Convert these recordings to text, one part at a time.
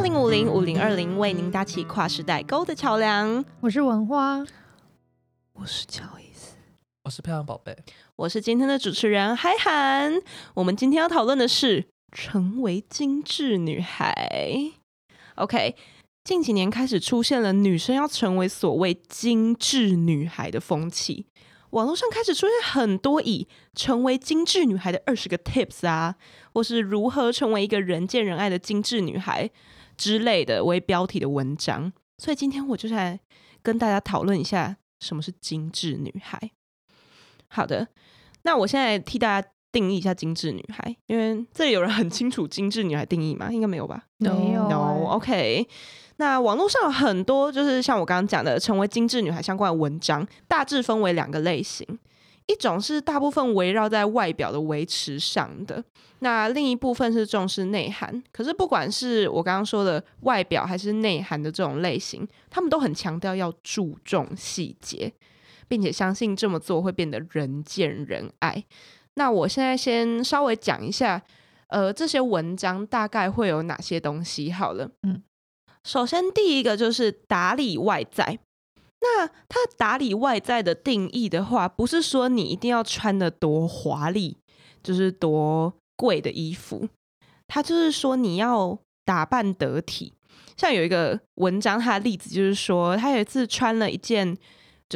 20505020为您搭起跨时代沟的桥梁。 我是文花， 我是乔伊斯， 我是漂亮宝贝， 我是今天的主持人海涵。我们今天要讨论的是成为精致女孩。OK， 近几年开始出现了女生要成为所谓精致女孩的风气，网络上开始出现很多以成为精致女孩的20个 tips 啊，或是如何成为一个人见人爱的精致女孩之类的为标题的文章。所以今天我就来跟大家讨论一下什么是精致女孩。好的，那我现在替大家定义一下精致女孩，因为这里有人很清楚精致女孩定义吗？应该没有吧？ 没有 No OK。那网络上有很多就是像我刚刚讲的成为精致女孩相关的文章，大致分为2个类型。一种是大部分围绕在外表的维持上的，那另一部分是重视内涵。可是不管是我刚刚说的外表还是内涵的这种类型，他们都很强调要注重细节，并且相信这么做会变得人见人爱。那我现在先稍微讲一下这些文章大概会有哪些东西好了。首先第一个就是打理外在。那它打理外在的定义的话，不是说你一定要穿得多华丽，就是多贵的衣服，它就是说你要打扮得体。像有一个文章，它的例子就是说，他有一次穿了一件就是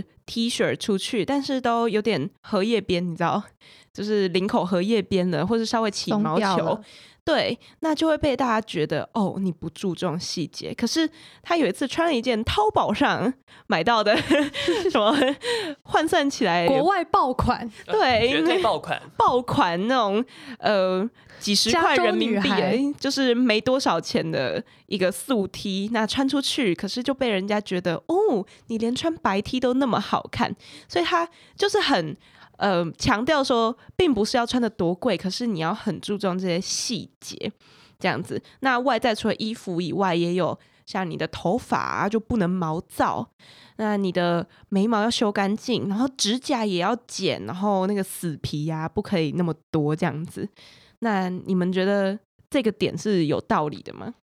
T 恤出去，但是都有点荷叶边，你知道，就是领口荷叶边的，或是稍微起毛球。对，那就会被大家觉得哦，你不注重细节。可是他有一次穿了一件淘宝上买到的什么换算起来国外爆款， 对， 绝对爆款， 爆款那种几十块人民币，就是没多少钱的一个素 T， 那穿出去，可是就被人家觉得哦，你连穿白 T 都那么好看，所以他就是很强调说，并不是要穿得多贵，可是你要很注重这些细节，这样子。那外在除了衣服以外，也有像你的头发啊，就不能毛躁，那你的眉毛要修干净，然后指甲也要剪，然后那个死皮啊不可以那么多，这样子。那你们觉得这个点是有道理的吗？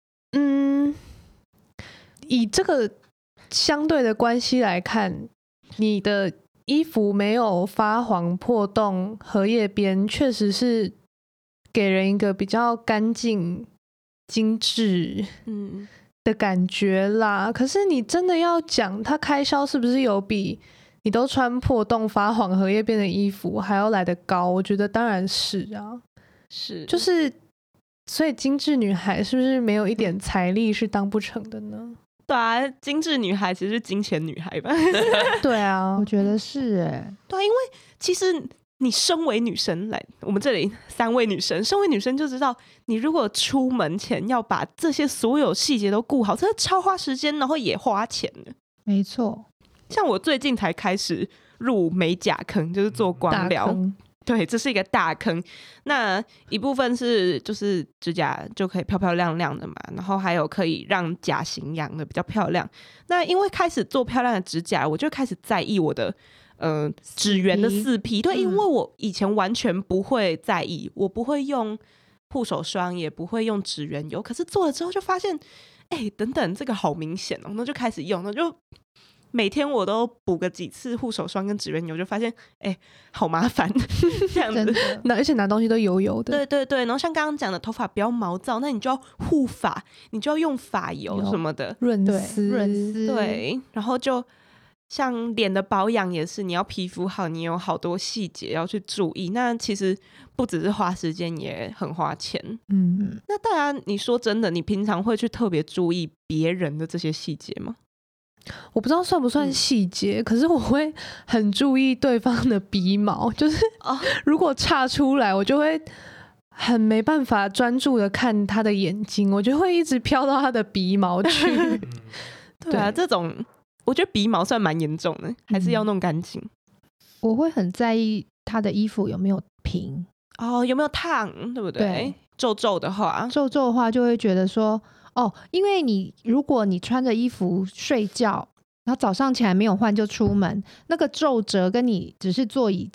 以这个相对的关系来看，你的衣服没有发黄破洞荷叶边，确实是给人一个比较干净精致的感觉啦。可是你真的要讲它开销是不是有比你都穿破洞发黄荷叶边的衣服还要来得高，我觉得当然是啊， 是就是所以精致女孩是不是没有一点财力是当不成的呢？ 对啊，精致女孩其实是金钱女孩吧？ 对啊， 我觉得是对啊，因为其实你身为女生来，我们这里3位女生，身为女生就知道，你如果出门前要把这些所有细节都顾好，真的超花时间，然后也花钱的。 没错， 像我最近才开始入美甲坑，就是做光疗。对，这是一个大坑。那一部分是就是指甲就可以漂漂亮亮的嘛，然后还有可以让甲型养的比较漂亮。那因为开始做漂亮的指甲，我就开始在意我的指缘的4P。对，因为我以前完全不会在意，我不会用护手霜，也不会用指缘油。可是做了之后就发现，等等，这个好明显哦，那就开始用，那就每天我都补个几次护手霜跟指缘油，就发现好麻烦这样子， 而且拿东西都油油的。 对对对，然后像刚刚讲的头发不要毛躁，那你就要护发，你就要用发油什么的润丝， 对，然后就像脸的保养也是，你要皮肤好，你有好多细节要去注意，那其实不只是花时间，也很花钱。那当然你说真的，你平常会去特别注意别人的这些细节吗？ 我不知道算不算细节，可是我会很注意对方的鼻毛，就是如果岔出来，我就会很没办法专注的看他的眼睛，我就会一直飘到他的鼻毛去。 对啊，这种我觉得鼻毛算蛮严重的，还是要弄干净。 我会很在意他的衣服有没有平有没有烫，对不对？ 对， 皱皱的话就会觉得说因为如果你穿着衣服睡觉，然后早上起来没有换就出门，那个皱褶跟你只是坐椅子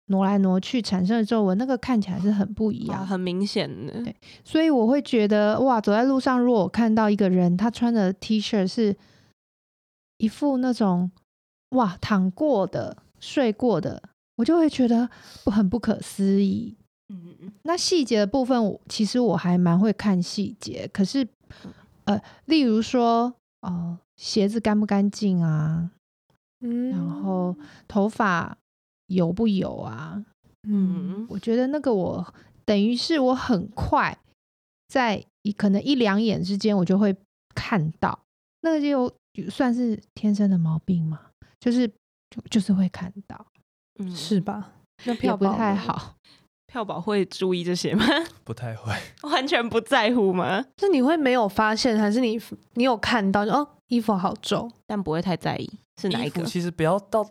挪来挪去产生的皱纹，那个看起来是很不一样， 很明显的。 对，所以我会觉得哇，走在路上，如果我看到一个人他穿的 T 恤是一副那种哇躺过的、睡过的，我就会觉得很不可思议。那细节的部分，其实我还蛮会看细节，可是例如说鞋子干不干净啊，然后头发油不油啊，我觉得那个我等于是我很快在可能一两眼之间我就会看到，那个就算是天生的毛病嘛，就是会看到， 是吧？那也不太好。 票宝会注意这些吗？ 不太会， 完全不在乎吗？ 是你会没有发现，还是你有看到就衣服好皱， 但不会太在意是哪一个？ 衣服其实不要到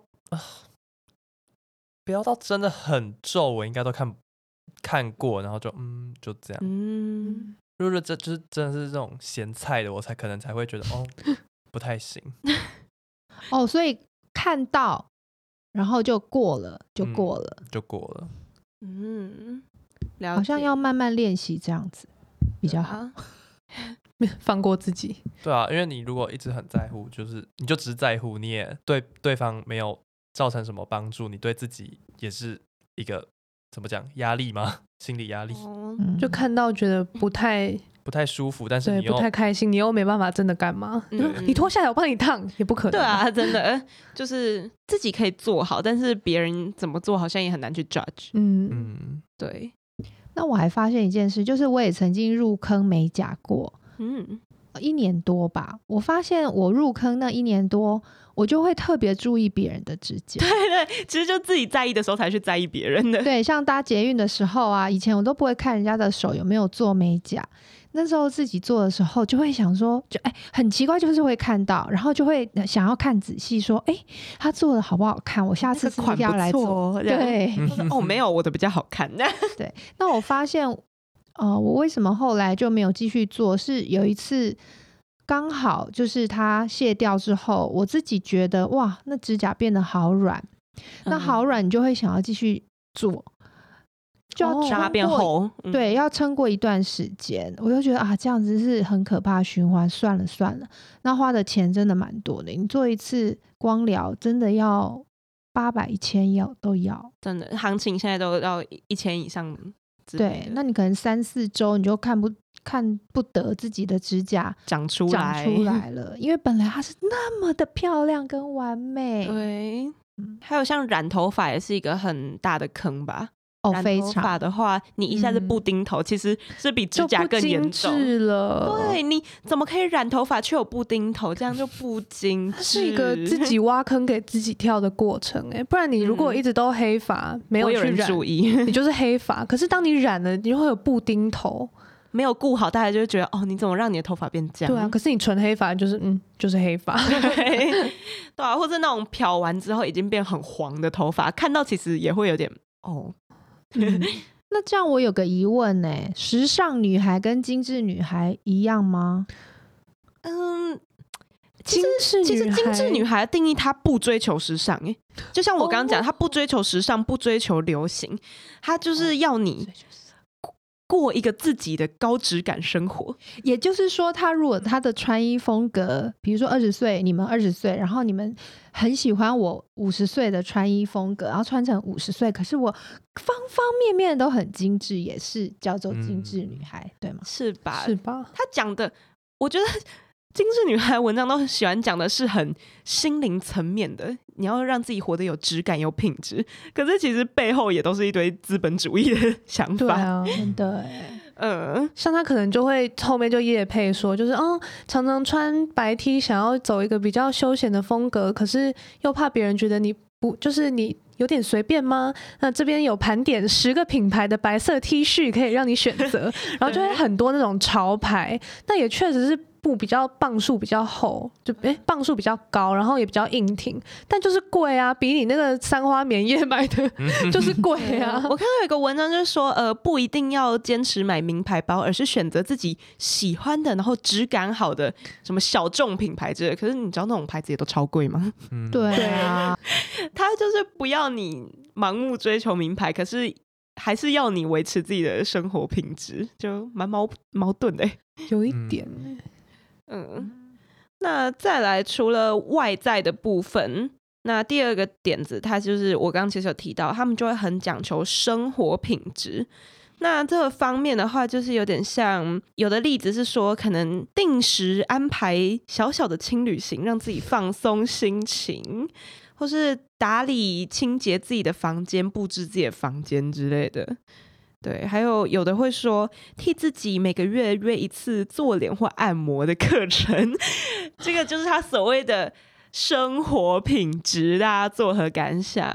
真的很皱，我应该都看过，然后就这样。如果这就是真的是这种咸菜的，我可能才会觉得不太行。 所以看到然后就过了。 了解， 好像要慢慢练习这样子比较好， 放过自己。 对啊，因为你如果一直很在乎，就是你就只是在乎，你也对对方没有造成什么帮助，你对自己也是一个怎么讲压力吗？心理压力， 就看到觉得不太舒服，但是你又不太开心，你又没办法真的干嘛？你脱下来我帮你烫也不可能。 对啊，真的就是自己可以做好，但是别人怎么做好像也很难去 judge。对。 那我还发现一件事，就是我也曾经入坑美甲过，1年多吧。我发现我入坑那1年多，我就会特别注意别人的指甲。 对，其实就自己在意的时候才去在意别人的。 对，像搭捷运的时候啊，以前我都不会看人家的手有没有做美甲，那时候自己做的时候就会想说，很奇怪，就是会看到，然后就会想要看仔细说，他做的好不好看，我下次是不是要来做？对， 没有，我的比较好看。 对，那我发现我为什么后来就没有继续做，是有一次刚好就是它卸掉之后，我自己觉得哇，那指甲变得好软，那好软你就会想要继续做，就要让它变厚， 对，要撑过一段时间，我就觉得这样子是很可怕的循环，算了，那花的钱真的蛮多的，你做一次光疗真的要800、1000都要， 真的行情现在都要1000以上。 对，那你可能3、4周你就看不得自己的指甲长出来了，因为本来它是那么的漂亮跟完美。 对，还有像染头发也是一个很大的坑吧。染头发的话，你一下子布丁头，其实是比指甲更严重了。 对，你怎么可以染头发却有布丁头？这样就不精致。 它是一个自己挖坑给自己跳的过程不然你如果一直都黑发，没有去染， 人注意， 你就是黑发。可是当你染了，你就会有布丁头， 没有顾好，大家就会觉得你怎么让你的头发变这样？ 对啊，可是你纯黑发就是黑发， 对啊，或者那种漂完之后已经变很黄的头发，看到其实也会有点那这样我有个疑问时尚女孩跟精致女孩一样吗？ 其实精致女孩的定义，她不追求时尚就像我刚刚讲，她不追求时尚，不追求流行，她就是要你过一个自己的高质感生活。 也就是说，她如果她的穿衣风格，比如说20岁，你们20岁，然后你们很喜欢我50岁的穿衣风格，然后穿成50岁，可是我方方面面都很精致，也是叫做精致女孩，对吗？ 是吧？她讲的，我觉得精致女孩文章都很喜欢讲的是很心灵层面的，你要让自己活得有质感有品质，可是其实背后也都是一堆资本主义的想法。 对啊， 真的像他可能就会后面就业配说，就是常常穿白 T 想要走一个比较休闲的风格，可是又怕别人觉得你不就是你有点随便吗？那这边有盘点10个品牌的白色 T 恤可以让你选择，然后就会很多那种潮牌，但也确实是布比较磅数比较厚，就磅数比较高，然后也比较硬挺，但就是贵啊，比你那个三花棉叶买的就是贵啊。 我看到有一个文章就是说，不一定要坚持买名牌包，而是选择自己喜欢的，然后质感好的什么小众品牌之类的。可是你知道那种牌子也都超贵吗？ 对啊， 他就是不要你盲目追求名牌，可是还是要你维持自己的生活品质，就蛮矛盾的。 有一点。 那再来，除了外在的部分，那第二个点子，它就是我刚刚其实有提到，他们就会很讲求生活品质。那这个方面的话，就是有点像有的例子是说，可能定时安排小小的轻旅行，让自己放松心情，或是打理清洁自己的房间，布置自己的房间之类的。对，还有的会说替自己每个月约一次做脸或按摩的课程，这个就是他所谓的生活品质，大家作何感想？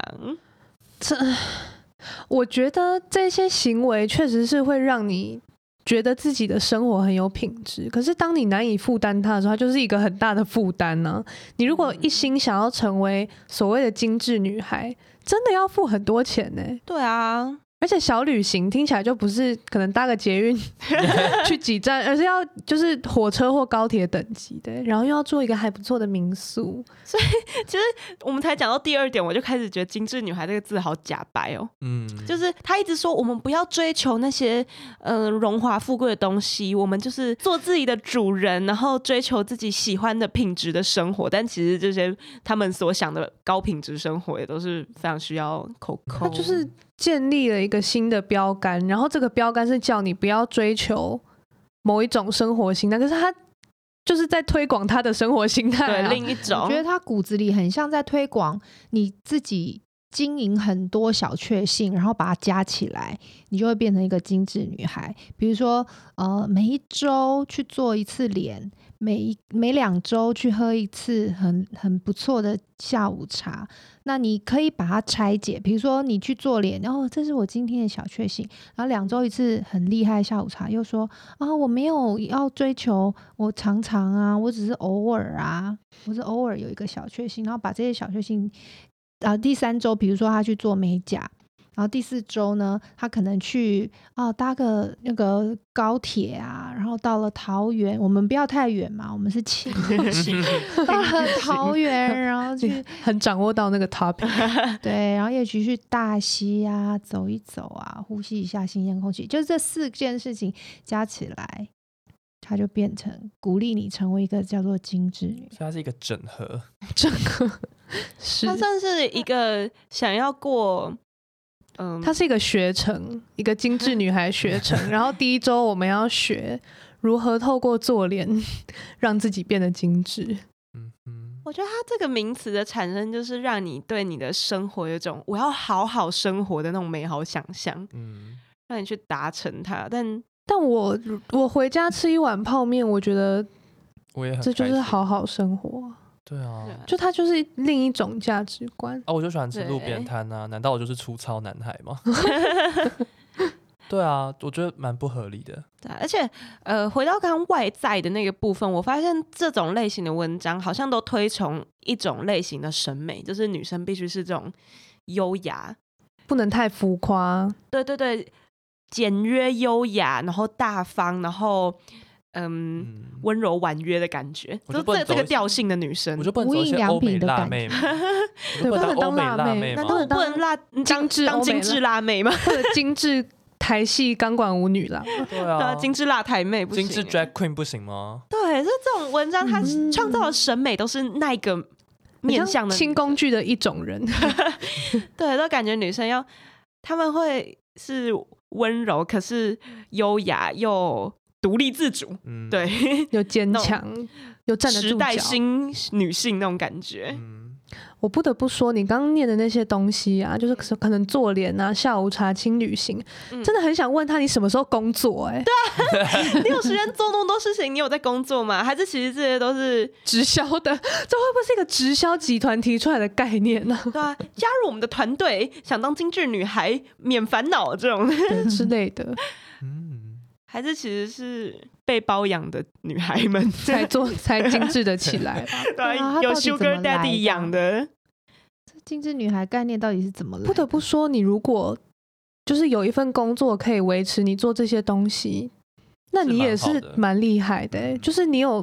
我觉得这些行为确实是会让你觉得自己的生活很有品质，可是当你难以负担它的时候，它就是一个很大的负担呢。你如果一心想要成为所谓的精致女孩，真的要付很多钱呢。 对啊， 而且小旅行听起来就不是可能搭个捷运去几站，而是要就是火车或高铁等级的，然后又要住一个还不错的民宿。 所以其实我们才讲到第二点，我就开始觉得精致女孩这个字好假白哦。就是他一直说我们不要追求那些荣华富贵的东西，我们就是做自己的主人，然后追求自己喜欢的品质的生活。但其实这些他们所想的高品质生活也都是非常需要口。 他就是建立了一个新的标杆，然后这个标杆是叫你不要追求某一种生活形态，可是他就是在推广他的生活形态对，另一种。 我觉得他骨子里很像在推广你自己经营很多小确幸，然后把它加起来，你就会变成一个精致女孩。比如说每一周去做一次脸，每2周去喝一次很不错的下午茶。那你可以把它拆解，比如说你去做脸，然后这是我今天的小确幸，然后2周一次很厉害的下午茶，又说我没有要追求我常常啊，我只是偶尔啊，我是偶尔有一个小确幸，然后把这些小确幸第3周比如说他去做美甲，然后第4周呢，他可能去搭个那个高铁啊，然后到了桃园，我们不要太远嘛，我们是轻到了桃园，然后去很掌握到那个 topic 对，然后也去大溪啊走一走啊，呼吸一下新鲜空气，就是这4件事情加起来，它就变成鼓励你成为一个叫做精致女， 所以它是一个整合， 它算是一个想要过。 它是一个学程，一个精致女孩学程。然后第1周我们要学如何透过做脸让自己变得精致。 我觉得它这个名词的产生，就是让你对你的生活有一种我要好好生活的那种美好想象，让你去达成它。 但我回家吃一碗泡面，我觉得我也很这就是好好生活。 对啊， 就它就是另一种价值观我就喜欢吃路边摊啊，难道我就是粗糙男孩吗？对啊，我觉得蛮不合理的。 对，而且回到刚刚外在的那个部分，我发现这种类型的文章好像都推崇一种类型的审美，就是女生必须是这种优雅， 不能太浮夸。 对对对，简约优雅，然后大方，然后温柔婉约的感觉，就这个调性的女生， 我就不能走一些欧美辣妹嘛， 对，不能当辣妹， 难道不能当精致辣妹吗？ 或者精致台系钢管舞女郎？ 对啊， 精致辣台妹不行， 精致 drag queen 不行吗？ 对，就这种文章，它创造的审美都是那个面向的轻工具的一种人。 对，都感觉女生他们会是温柔，可是优雅又独立自主，对， 又坚强，又站得住脚， 时代新女性那种感觉。 我不得不说，你刚刚念的那些东西啊，就是可能做脸啊、下午茶、轻旅行，真的很想问他，你什么时候工作？ 对啊，你有时间做那么多事情，你有在工作吗？还是其实这些都是直销的？这会不会是一个直销集团提出来的概念呢？ 对啊，加入我们的团队，想当精致女孩，免烦恼这种之类的。 还是其实是被包养的女孩们才精致的起来吧？ 对啊，有 Sugar Daddy 养的。 这精致女孩概念到底是怎么来的？ 不得不说，你如果就是有一份工作可以维持你做这些东西，那你也是蛮厉害的。就是你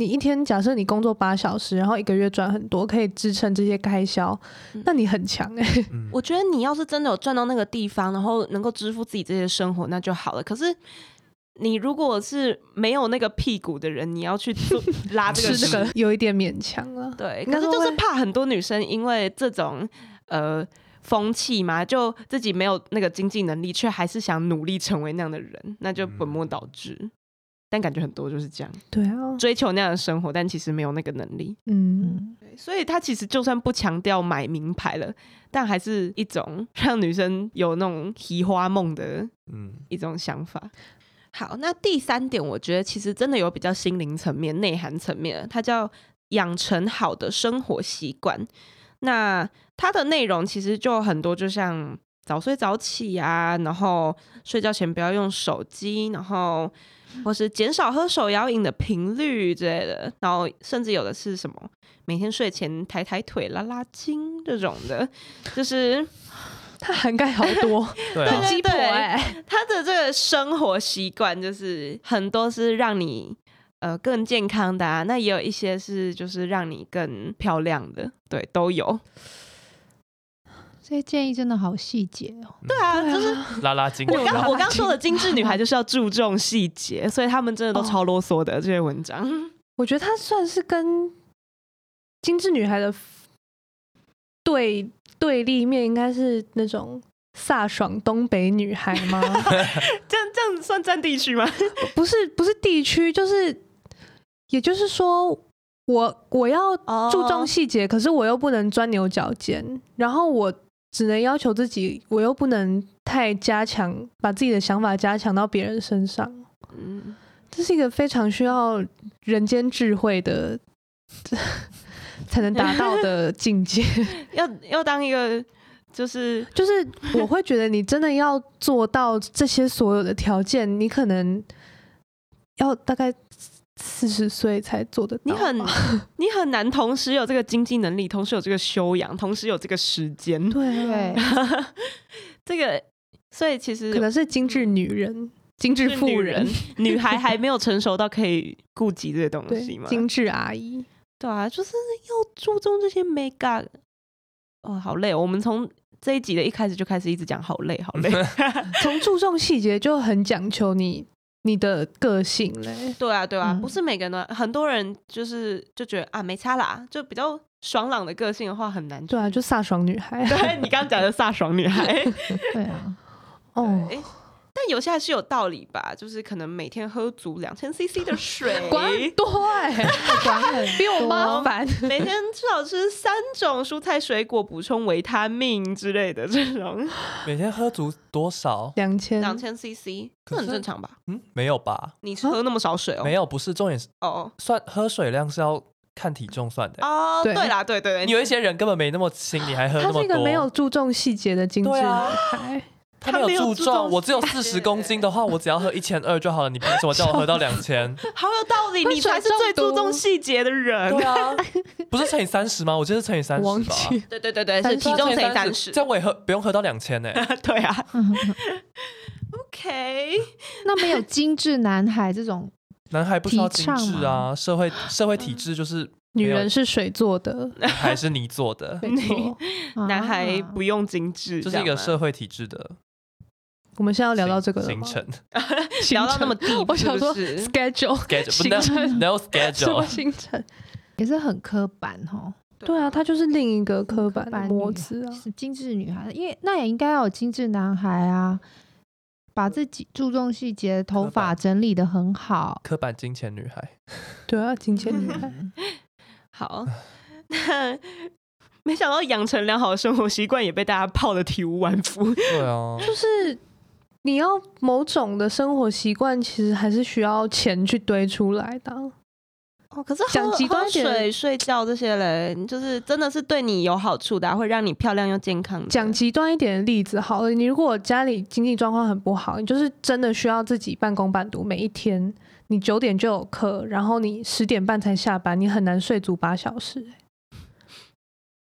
你一天假设你工作8小时，然后1个月赚很多，可以支撑这些开销，那你很强我觉得你要是真的有赚到那个地方，然后能够支付自己这些生活，那就好了。可是你如果是没有那个屁股的人，你要去拉这个是那个有一点勉强了。 对，可是就是怕很多女生因为这种风气嘛，就自己没有那个经济能力，却还是想努力成为那样的人，那就本末倒置。但感觉很多就是这样， 对啊， 追求那样的生活，但其实没有那个能力。所以他其实就算不强调买名牌了，但还是一种让女生有那种奇花梦的一种想法。好，那第3点，我觉得其实真的有比较心灵层面、内涵层面的，它叫养成好的生活习惯。那它的内容其实就很多，就像早睡早起啊，然后睡觉前不要用手机，然后或是减少喝手摇饮的频率之类的，然后甚至有的是什么每天睡前抬抬腿、拉拉筋这种的，就是它涵盖好多， 对啊， 鸡婆他的这个生活习惯就是很多是让你更健康的啊，那也有一些是就是让你更漂亮的，对，都有。 这些建议真的好细节哦。 对啊，就是拉拉筋。 我刚说的精致女孩就是要注重细节，所以他们真的都超啰嗦的这些文章。 我觉得它算是跟精致女孩的对立面，应该是那种飒爽东北女孩吗？ 这样算占地区吗？ 不是地区，就是也就是说我要注重细节，可是我又不能钻牛角尖，然后我只能要求自己，我又不能太加强，把自己的想法加强到别人身上。这是一个非常需要人间智慧的才能达到的境界。 要当一个就是我会觉得你真的要做到这些所有的条件，你可能要大概40岁才做得到。 你很难同时有这个经济能力，同时有这个修养，同时有这个时间。 对， 这个所以其实可能是精致女人、精致妇人、 女孩还没有成熟到可以顾及这些东西嘛。 精致阿姨， 对啊，就是要注重这些美感。好累哦！我们从这一集的一开始就开始一直讲好累好累。 从注重细节就很讲求你的个性嘞。 对啊，不是每个人都，很多人就觉得啊没差啦，就比较爽朗的个性的话很难。 对啊，就飒爽女孩。 对，你刚刚讲的飒爽女孩。 对啊， 但有些还是有道理吧，就是可能每天喝足2000cc 的水， 管很多管很比我麻烦。 每天至少吃3种蔬菜水果，补充维他命之类的这种。 每天喝足多少 ？2000cc，这很正常吧？ 没有吧？ 你喝那么少水哦？ 没有，不是重点是算喝水量是要看体重算的。 对啦，对， 有一些人根本没那么轻，你还喝那么多。 他是一个没有注重细节的精致女孩。 他没有注重，我只有40公斤的话，我只要喝1200就好了。你凭什么叫我喝到2000？ 好有道理，你才是最注重细节的人。 对啊，不是乘以30吗？我记得是乘以30吧。 对，是体重乘以30， 这样我也不用喝到2000呢。 对啊。OK， 那没有精致男孩这种， 男孩不需要精致啊，社会体制就是女人是水做的， 还是泥做的？ 没错， 男孩不用精致， 这是一个社会体制的。 我们现在要聊到这个了吗？ 行程聊到那么低， 我想说 schedule 行程 no schedule 什么行程也是很刻板齁。 对啊，它就是另一个刻板的模子啊。 是精致女孩，因为那也应该要有精致男孩啊，把自己注重细节，头发整理得很好。 刻板金钱女孩。 对啊，金钱女孩。 好，那没想到养成良好的生活习惯也被大家泡得体无完肤。 对啊， 就是你要某种的生活习惯，其实还是需要钱去堆出来的。 可是讲极端点， 喝水、睡觉这些人，就是真的是对你有好处的，会让你漂亮又健康的。 讲极端一点的例子好了，你如果家里经济状况很不好，你就是真的需要自己半工半读，每一天你9点就有课，然后你10点半才下班，你很难睡足8小时。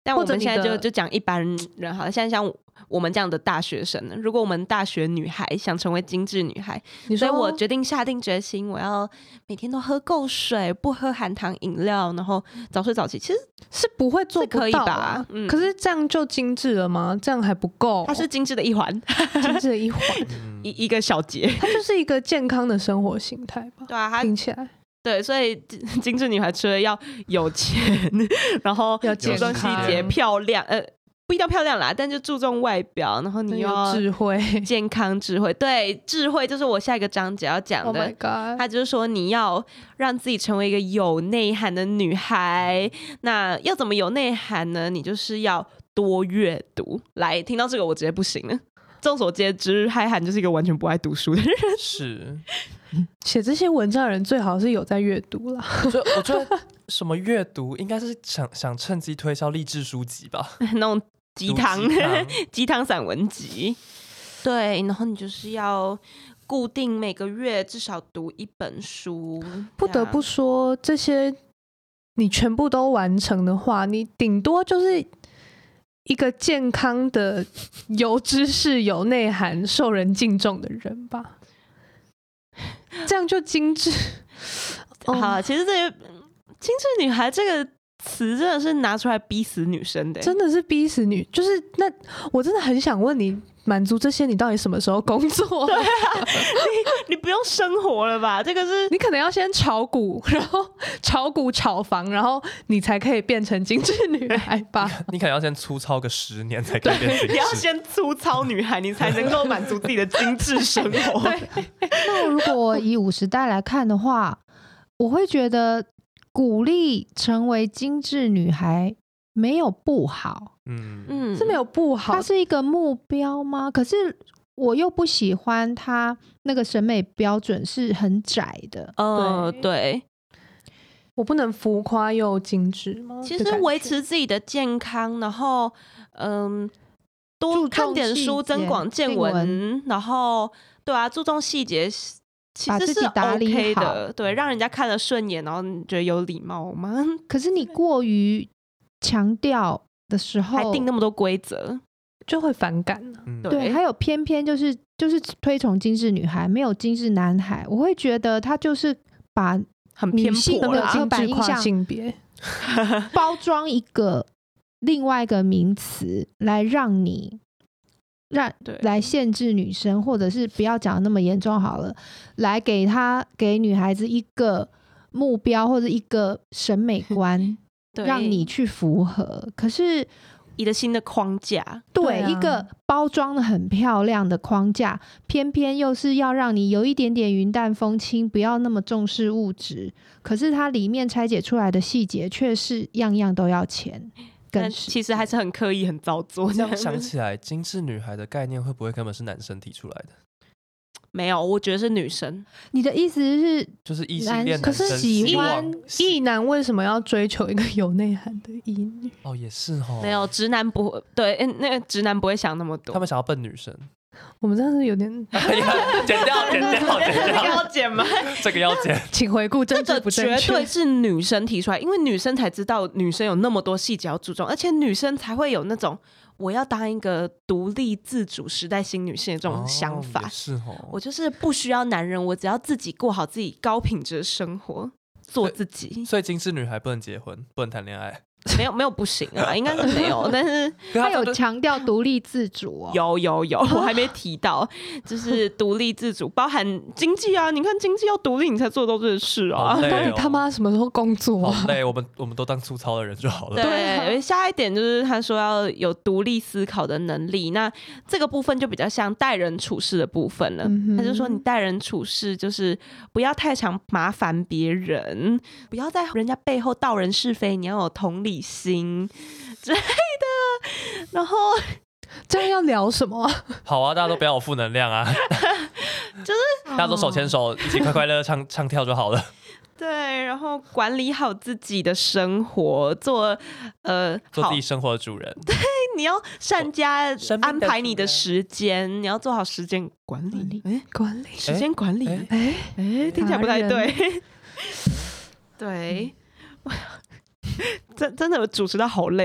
但我们现在或者你的就讲一般人好了，现在像我们这样的大学生呢，如果我们大学女孩想成为精致女孩，所以我决定下定决心，我要每天都喝够水，不喝含糖饮料，然后早睡早起。其实是不会做不到可以吧？ 可是这样就精致了吗？这样还不够， 它是精致的一环， 精致的一环， 一个小节， 它就是一个健康的生活形态吧？ 对啊，它听起来对，所以精致女孩除了要有钱，然后要注重细节、漂亮，不一定要漂亮啦，但就注重外表，然后你有要智慧、 健康、智慧。对，智慧就是我下一个章节要讲的。 Oh my god！ 他就是说你要让自己成为一个有内涵的女孩。那要怎么有内涵呢？你就是要多阅读。来，听到这个我直接不行了。众所皆知，嗨涵就是一个完全不爱读书的人。 是。 写这些文章的人最好是有在阅读啦。 我觉得什么阅读应该是想趁机推销励志书籍吧， 那种鸡汤散文集。对，然后你就是要固定每个月至少读一本书。 不得不说，这些你全部都完成的话，你顶多就是一个健康的、有知识、有内涵、受人敬重的人吧。这样就精致。 好，其实这些精致女孩这个词真的是拿出来逼死女生的， 真的是逼死女。就是那我真的很想问你，满足这些你到底什么时候工作？ 对啊，你不用生活了吧？这个是你可能要先炒股，然后炒股炒房，然后你才可以变成精致女孩吧？ 你可能要先粗糙个10年才可以变精致。 你要先粗糙女孩，你才能够满足自己的精致生活。 那如果以50代来看的话，我会觉得鼓励成为精致女孩没有不好， 是没有不好， 它是一个目标吗？可是我又不喜欢它那个审美标准是很窄的。 对， 我不能浮夸又精致吗？ 其实维持自己的健康，然后多看点书，增广见闻，然后对啊，注重细节。其实是 OK 的，对，让人家看了顺眼，然后你觉得有礼貌吗？ 可是你过于强调的时候， 还定那么多规则， 就会反感了。 对，还有偏偏就是推崇精致女孩，没有精致男孩，我会觉得他就是把很偏颇的刻板印象性别包装一个另外一个名词来让你。来限制女生，或者是不要讲那么严重好了，来给女孩子一个目标或者一个审美观，让你去符合。可是一个新的框架， 对，一个包装的很漂亮的框架，偏偏又是要让你有一点点云淡风轻，不要那么重视物质。可是它里面拆解出来的细节，却是样样都要钱。 但其实还是很刻意、很造作。 这样想起来，精致女孩的概念会不会根本是男生提出来的？ 没有，我觉得是女生。 你的意思是， 就是异性恋可是喜欢异男为什么要追求一个有内涵的异女？ 哦，也是哦。 没有，直男不会，对，那个直男不会想那么多， 他们想要笨女生。 我们真的是有点剪掉， 这个要剪吗？ 这个要剪， 请回顾政治不正确。 绝对是女生提出来，因为女生才知道女生有那么多细节要注重，而且女生才会有那种我要当一个独立自主时代新女性的这种想法。 是哦， 我就是不需要男人，我只要自己过好自己高品质的生活，做自己。 所以精致女孩不能结婚，不能谈恋爱。 没有不行啊，应该是没有，但是他有强调独立自主哦。 有，我还没提到，就是独立自主，包含经济啊。你看经济要独立，你才做得到这件事啊。 到底他妈什么时候工作？ 好累，我们都当粗糙的人就好了。 对，下一点就是他说要有独立思考的能力，那这个部分就比较像待人处事的部分了。他就说你待人处事就是不要太常麻烦别人，不要在人家背后道人是非，你要有同理心之类的。然后这样要聊什么啊？ 好啊，大家都不要有负能量啊， 就是大家都手牵手一起快快乐乐唱跳就好了。 对，然后管理好自己的生活，做自己生活的主人。 对，你要善加安排你的时间，你要做好时间管理。时间管理，听起来不太对。对，真的主持到好累哦。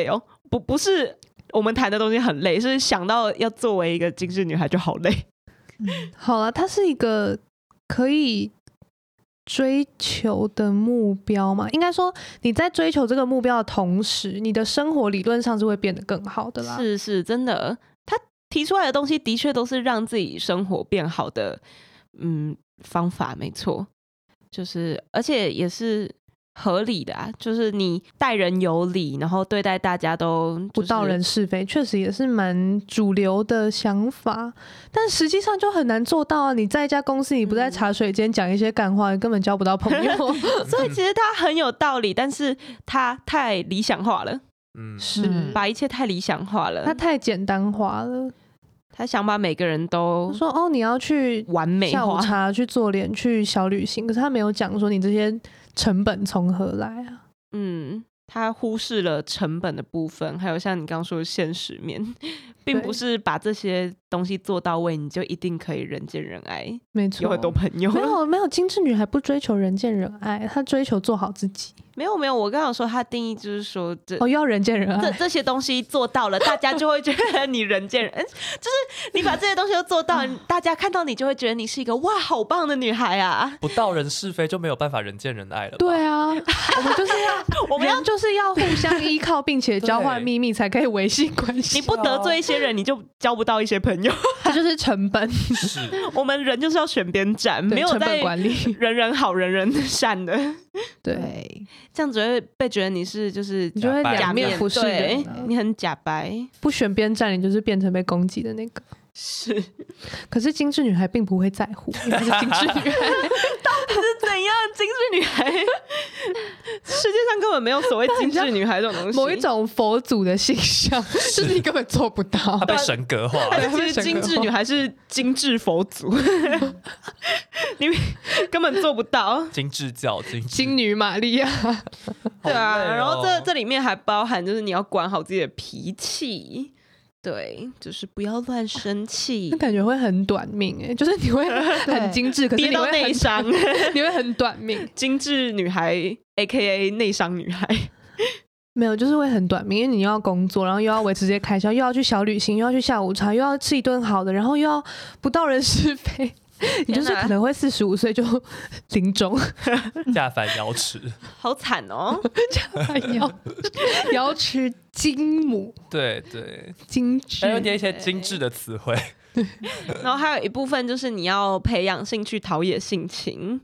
不是我们谈的东西很累，是想到要作为一个精致女孩就好累。 好了，它是一个可以追求的目标嘛？应该说你在追求这个目标的同时，你的生活理论上是会变得更好的啦。 是真的，他提出来的东西的确都是让自己生活变好的方法，没错，就是而且也是合理的啊，就是你待人有礼，然后对待大家都、 不道人是非，确实也是蛮主流的想法，但实际上就很难做到啊！你在一家公司，你不在茶水间讲一些干话，你根本交不到朋友。 所以其实他很有道理，但是他太理想化了， 是把一切太理想化了， 他太简单化了。 他想把每个人都说哦，你要去完美下午化， 茶、去做脸、去小旅行，可是他没有讲说你这些成本从何来啊？ 他忽视了成本的部分，还有像你刚刚说的现实面，并不是把这些东西做到位，你就一定可以人见人爱。 没错， 有很多朋友没有，精致女孩不追求人见人爱，她追求做好自己。 没有，我刚刚说他定义就是说又要人见人爱， 这些东西做到了，大家就会觉得你人见人，就是你把这些东西都做到，大家看到你就会觉得你是一个哇好棒的女孩啊！ 不道人是非就没有办法人见人爱了吧？ 对啊，我们就是要人就是要互相依靠，并且交换秘密，才可以维系关系。 你不得罪一些人，你就交不到一些朋友， 这就是成本。 是， 我们人就是要选边站，没有成在本管理， 人人好人人善的。 对， 这样子会被觉得你是就是你就会两面不是对人， 你很假白， 不选边站，你就是变成被攻击的那个。 是， 可是精致女孩并不会在乎，因为是精致女孩。 到底是怎样精致女孩？世界上根本没有所谓精致女孩这种东西， 某一种佛祖的形象，就是你根本做不到， 她被神格化了。 但是其实精致女孩是精致佛祖，你根本做不到。 精致教金女玛利亚， 对啊， 哦然后这里面还包含就是你要管好自己的脾气。对，就是不要乱生气， 那感觉会很短命哎，就是你会很精致，可是跌到内伤， 你会很短命。 精致女孩 ，AKA 内伤女孩， 没有，就是会很短命，因为你又要工作，然后又要维持这些开销，又要去小旅行，又要去下午茶，又要吃一顿好的，然后又要不道人是非。你就是可能会45岁就临终， 驾凡瑶池， 好惨哦！ 驾凡瑶池金母， 对， 精致， 还有一些精致的词汇。 然后还有一部分就是你要培养兴趣，陶冶性情。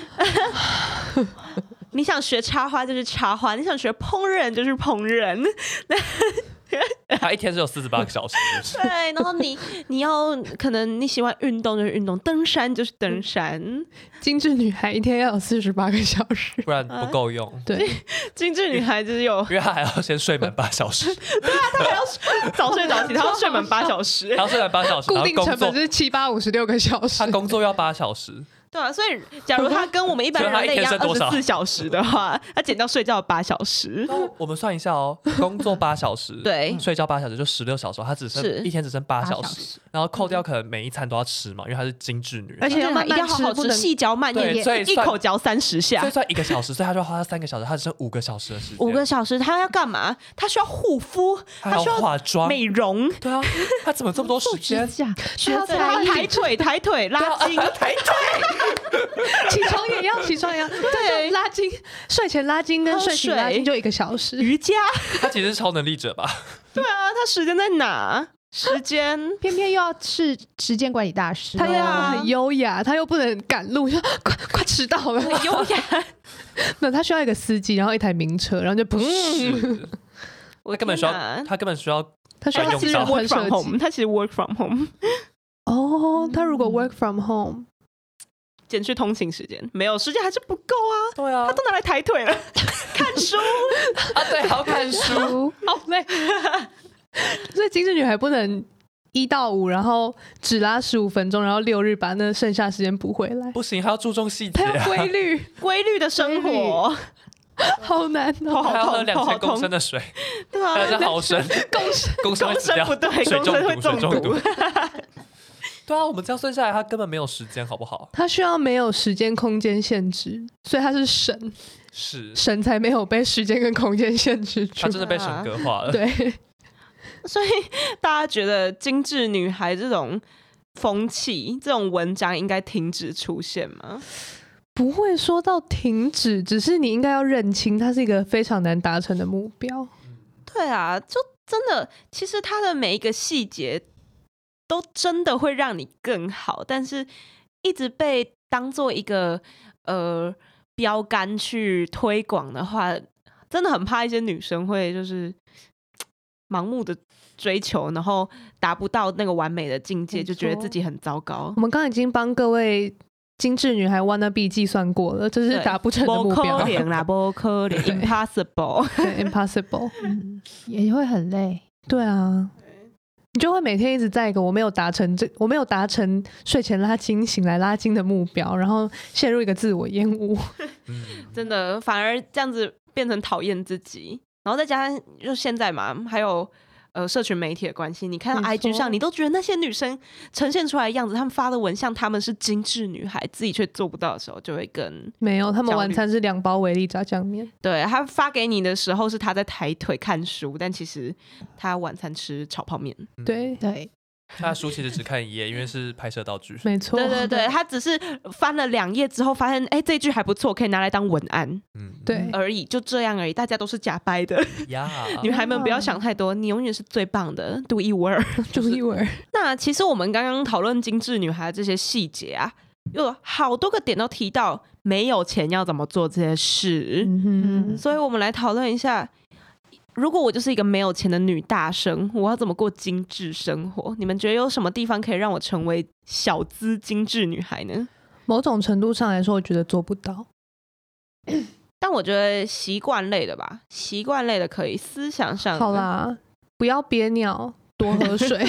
你想学插花就是插花，你想学烹饪就是烹饪。 他一天只有48个小时， 对，然后你要可能你喜欢运动就是运动，登山就是登山。 精致女孩一天要有48个小时， 不然不够用。 对， 精致女孩就是有， 因为她还要先睡满8小时。 对啊，她还要早睡早起，她要睡满8小时， 她要睡满8小时， 固定成本是7、8、56个小时， 她工作要8小时。 对啊，所以假如他跟我们一般人类一样24小时的话，他减掉睡觉8小时。 我们算一下哦，工作8小时， 对， 睡觉8小时就16小时，他一天只剩8小时，然后扣掉可能每一餐都要吃嘛，因为她是精致女人， 而且要慢慢吃， 好吃，细嚼慢咽， 所以一口嚼30下， 所以算1个小时，所以他就要花3个小时，他只剩5个小时的时间。 5个小时，他要干嘛？他需要护肤， 他需要化妆、 美容。 对啊，他怎么这么多时间？ 需要抬腿、拉筋、 抬腿。 起床也要，对，拉筋，睡前拉筋跟睡醒拉筋就1个小时。 瑜伽， 他其实是超能力者吧？ 对啊，他时间在哪？时间偏偏又要是时间管理大师， 他又很优雅，他又不能赶路，快迟到了， 很优雅。 没有，他需要一个司机，然后一台名车，然后就砰。 他根本需要， 他需要其实 work from home， 他其实 work from home。 哦，他如果 work from home。 减去通勤时间，没有时间还是不够啊！ 对啊， 他都拿来抬腿了，看书啊，对，好看书， 好累。所以精致女孩不能1到5，然后只拉15分钟，然后6日把那剩下时间补回来。 不行，还要注重细节， 还要规律的生活， 好难哦！ 还要喝2000公升的水， 对啊， 还是毫升，公升不对，公升会中毒。 对啊，我们这样算下来，他根本没有时间，好不好？ 他需要没有时间空间限制，所以他是神， 是神才没有被时间跟空间限制住。 他真的被神格化了。 对， 所以大家觉得精致女孩这种风气、这种文章应该停止出现吗？ 不会说到停止，只是你应该要认清，它是一个非常难达成的目标。 对啊，就真的，其实它的每一个细节都真的会让你更好，但是一直被当做一个标杆去推广的话，真的很怕一些女生会就是盲目的追求，然后达不到那个完美的境界，就觉得自己很糟糕。 我们刚刚已经帮各位精致女孩 wannabe 计算过了，这是达不成的目标。 不可能啦，不可能，impossible， 对 impossible， 也会很累。 对啊，你就会每天一直在一个我没有达成睡前拉筋、醒来拉筋的目标，然后陷入一个自我厌恶。 真的反而这样子变成讨厌自己，然后再加上就现在嘛，还有社群媒体的关系，你看到 IG 上，你都觉得那些女生呈现出来的样子，她们发的文像她们是精致女孩，自己却做不到的时候，就会更没有，他们晚餐是2包维力炸酱面。 对，她发给你的时候是她在抬腿看书，但其实她晚餐吃炒泡面。 对对， 他书其实只看1页，因为是拍摄道具。 没错， 对对对，她只是翻了2页之后，发现这一句还不错，可以拿来当文案对而已，就这样而已。大家都是假掰的， 呀， 女孩们不要想太多，你永远是最棒的，独一无二。 独一无二。 那其实我们刚刚讨论精致女孩这些细节啊，有好多个点都提到没有钱要怎么做这些事，所以我们来讨论一下，如果我就是一个没有钱的女大生，我要怎么过精致生活？你们觉得有什么地方可以让我成为小资精致女孩呢？ 某种程度上来说，我觉得做不到。 但我觉得习惯类的吧，习惯类的可以，思想上的好啦，不要憋尿，多喝水，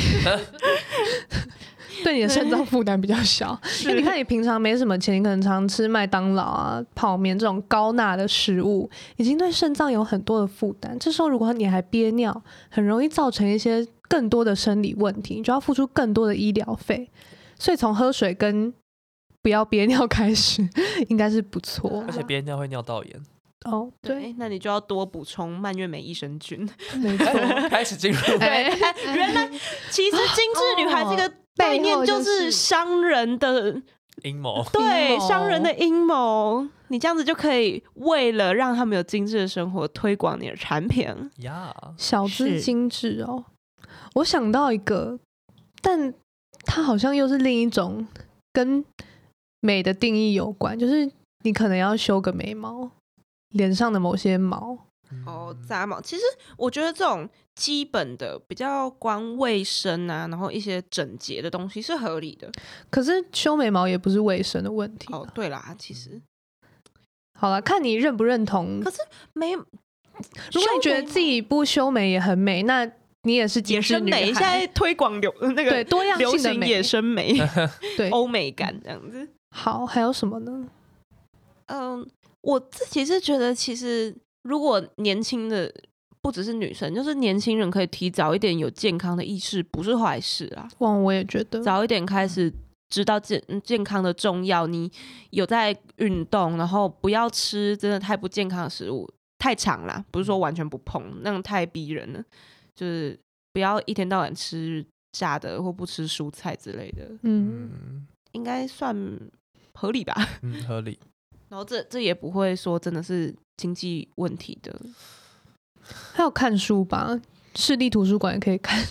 对你的肾脏负担比较小。因为你看，你平常没什么钱，你可能常吃麦当劳啊、泡面这种高钠的食物，已经对肾脏有很多的负担。这时候如果你还憋尿，很容易造成一些更多的生理问题，你就要付出更多的医疗费。所以从喝水跟不要憋尿开始，应该是不错。 而且憋尿会尿道炎。 哦， 对，那你就要多补充蔓越莓益生菌。 没错。 开始进入对，原来其实精致女孩这个概念就是商人的阴谋， 对，商人的阴谋。你这样子就可以为了让他们有精致的生活，推广你的产品呀。 小资精致哦，我想到一个，但它好像又是另一种跟美的定义有关，就是你可能要修个眉毛，脸上的某些毛。 杂毛。其实我觉得这种基本的比较关卫生啊，然后一些整洁的东西是合理的。 可是修眉毛也不是卫生的问题。 对啦，其实好啦，看你认不认同。 可是没，如果你觉得自己不修眉也很美，那你也是精致女孩。 野生美现在推广那个对多样性的美， 流行野生美， 对欧美感这样子。 好，还有什么呢？ 我自己是觉得，其实如果年轻的不只是女生，就是年轻人可以提早一点有健康的意识，不是坏事啊。 我也觉得， 早一点开始知道健康的重要，你有在运动，然后不要吃真的太不健康的食物，太长啦，不是说完全不碰，那样太逼人了。就是不要一天到晚吃炸的或不吃蔬菜之类的。应该算合理吧。 合理。 然后这也不会说真的是经济问题的。 还有看书吧，市立图书馆也可以看。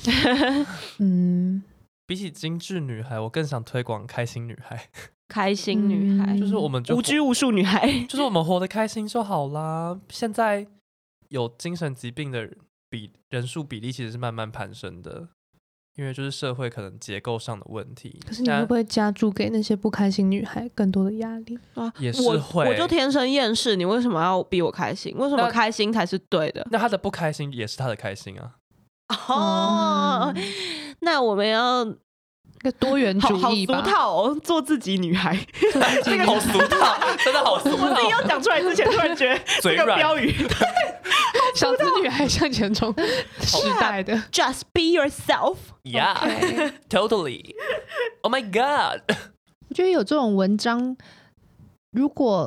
比起精致女孩，我更想推广开心女孩。 开心女孩， 就是我们无拘无束女孩， 就是我们活得开心就好啦。现在有精神疾病的人数比例其实是慢慢攀升的。因为就是社会可能结构上的问题， 可是你会不会加注给那些不开心女孩更多的压力啊？ 也是会， 我就天生厌世，你为什么要逼我开心？为什么开心才是对的？ 那他的不开心也是他的开心啊。 那我们要多元主义吧？ 好俗套哦，做自己女孩， 这个好俗套，真的好俗套。 我自己要讲出来之前，突然觉得这个标语。 小资女孩向前冲时代的 Just be yourself. Yeah, totally. Oh my god. 我觉得有这种文章，如果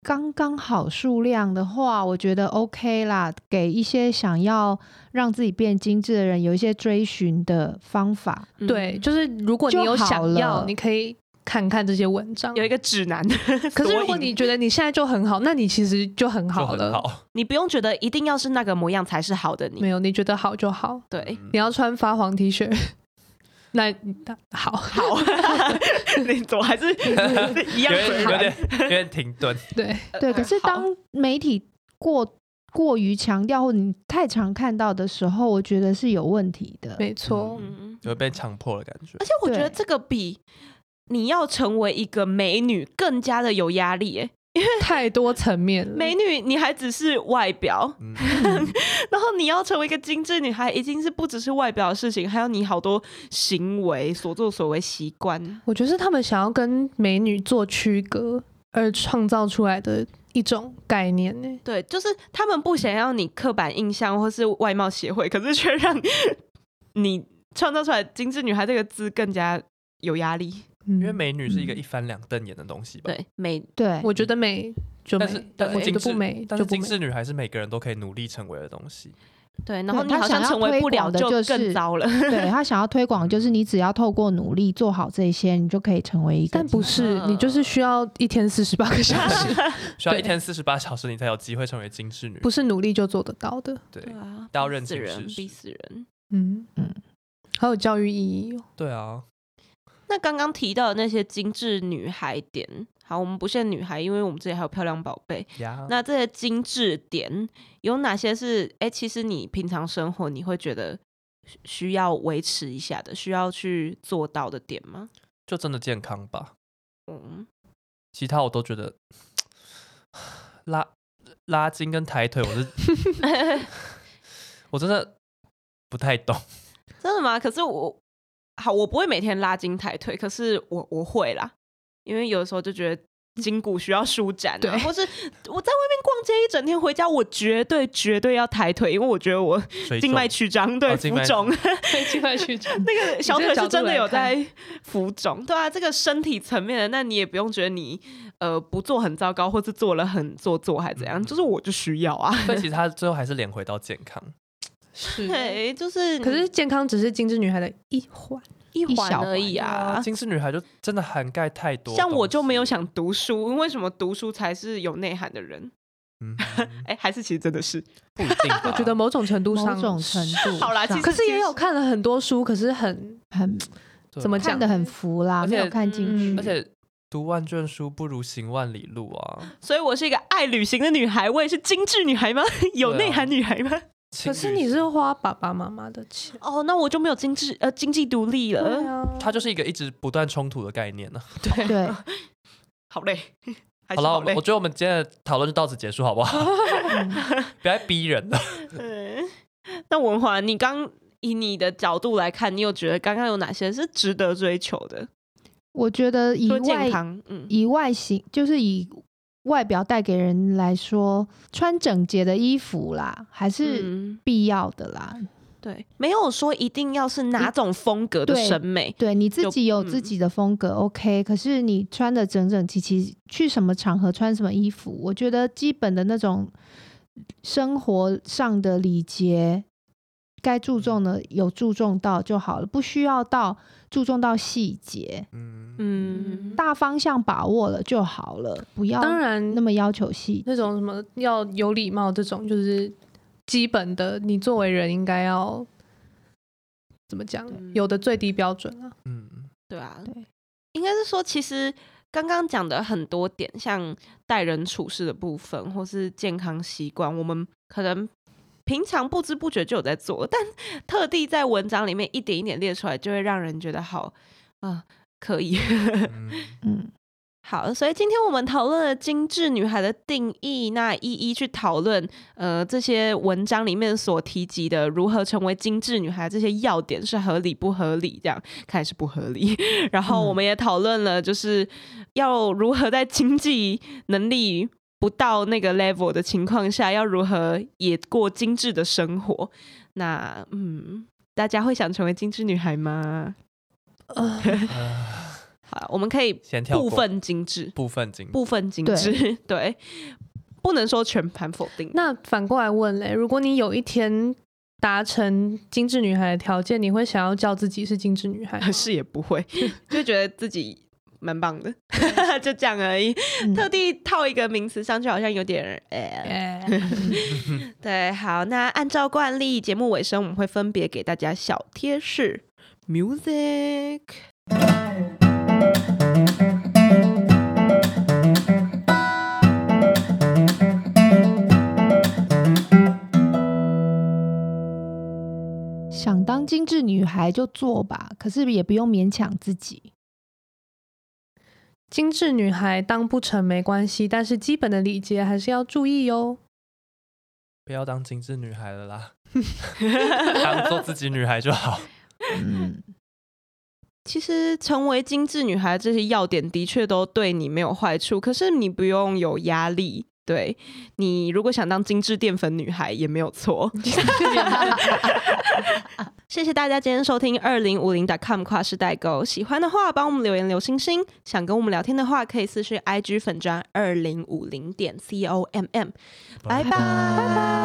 刚刚好数量的话，我觉得 OK 啦，给一些想要让自己变精致的人有一些追寻的方法。 对，就是如果你有想要， 就好了你可以看看这些文章。 有一个指南。 可是如果你觉得你现在就很好，那你其实就很好了。 就很好。 你不用觉得一定要是那个模样才是好的你。 没有，你觉得好就好。 对， 你要穿发黄 T 恤，那好， 好，你怎么还是一样有点停顿。 对对，可是好当媒体过于强调，或者你太常看到的时候，我觉得是有问题的。 没错。 就会被强迫的感觉而。且我觉得对这个比你要成为一个美女更加的有压力耶。 太多层面了。 美女你还只是外表， 嗯， 然后你要成为一个精致女孩，已经是不只是外表的事情，还有你好多行为、所作所为、习惯。 我觉得是他们想要跟美女做区隔而创造出来的一种概念呢。 对，就是他们不想要你刻板印象或是外貌协会，可是却让你创造出来精致女孩这个字更加有压力。 因因为美女是一个一翻两瞪眼的东西吧。 对，美对， 我觉得美就美， 但是我觉得不美但就是不美。 精致女孩是每个人都可以努力成为的东西。 对，然后对你好像成为不了就更糟了。 对他想要推广，就是你只要透过努力做好这些，你就可以成为一个。 但不是，你就是需要一天48个小时，对需要一天48小时，你才有机会成为精致女。 不是努力就做得到的。 对， 啊， 都要认逼死人， 清事实逼死人。 好有教育意义哦。 对啊， 那刚刚提到的那些精致女孩点，好，我们不限女孩，因为我们这里还有漂亮宝贝。 呀， 那这些精致点有哪些是？其实你平常生活你会觉得需要维持一下的，需要去做到的点吗？ 就真的健康吧。 嗯， 其他我都觉得拉筋跟抬腿，我真的不太懂。 真的吗？可是我不会每天拉筋抬腿，可是我会啦，因为有的时候就觉得筋骨需要舒展、啊， 对或是我在外面逛街一整天，回家我绝对要抬腿，因为我觉得我水静脉肿曲张，对，浮静脉肿， 尽快去讲。 那个小腿是真的有在你浮肿，对啊，这个身体层面的，那你也不用觉得你不做很糟糕，或是做了很做还怎样，就是我就需要啊， 但其实他最后还是连回到健康。 是， 对，就是可是健康只是精致女孩的一环。 一环小而已啊。 精致女孩就真的涵盖太多。 像我就没有，想读书，为什么读书才是有内涵的人？ 嗯， 还是其实真的是不一定吧。 我觉得某种程度上， 某种程度好啦，其实可是也有看了很多书，可是很很对怎么讲看得很浮啦， 而且没有看进去。 嗯而且读万卷书不如行万里路啊。 所以我是一个爱旅行的女孩，我也是精致女孩吗？有内涵女孩吗？ 可是你是花爸爸妈妈的钱。 哦，那我就没有经济独立了。 啊， 它就是一个一直不断冲突的概念呢、 对， 对， 好累，还好了， 是好累我觉得我们今天的讨论就到此结束，好不好？不要再逼人了。 嗯，那文华，你刚以你的角度来看，你有觉得刚刚有哪些是值得追求的？ 我觉得说健康， 以外形，就是以外表带给人来说，穿整洁的衣服啦，还是必要的啦。 对，没有说一定要是哪种风格的审美。 对，你自己有自己的风格，OK。可是你穿的整整齐齐，去什么场合穿什么衣服，我觉得基本的那种生活上的礼节，该注重的有注重到就好了，不需要到注重到细节。大方向把握了就好了，不要当然那么要求细节。 那种什么要有礼貌，这种就是基本的，你作为人应该要怎么讲，有的最低标准啊。 对啊， 对， 应该是说，其实刚刚讲的很多点，像待人处事的部分，或是健康习惯，我们可能平常不知不觉就有在做，但特地在文章里面一点一点列出来，就会让人觉得好可以。好，所以今天我们讨论了精致女孩的定义，那一一去讨论这些文章里面所提及的如何成为精致女孩这些要点是合理不合理，这样看来是不合理。然后我们也讨论了就是要如何在经济能力不到那个 level 的情况下，要如何也过精致的生活。那大家会想成为精致女孩吗？ 好，我们可以先跳过部分精致， 部分精部分精致，对，不能说全盘否定。 那反过来问嘞，如果你有一天达成精致女孩的条件，你会想要叫自己是精致女孩吗？ 是也不会，就觉得自己蛮棒的，就这样而已。特地套一个名词上去，好像有点对，好，那按照惯例，节目尾声我们会分别给大家小贴士 ，music。 想当精致女孩就做吧，可是也不用勉强自己。 精致女孩当不成没关系，但是基本的礼节还是要注意哟。 不要当精致女孩了啦，当做自己女孩就好。 其实成为精致女孩这些要点的确都对你没有坏处，可是你不用有压力。对，你如果想当精致淀粉女孩也没有错。谢谢大家今天收听2050.com 跨世代购，喜欢的话帮我们留言留星星，想跟我们聊天的话可以私讯 IG 粉专2050.com。拜拜。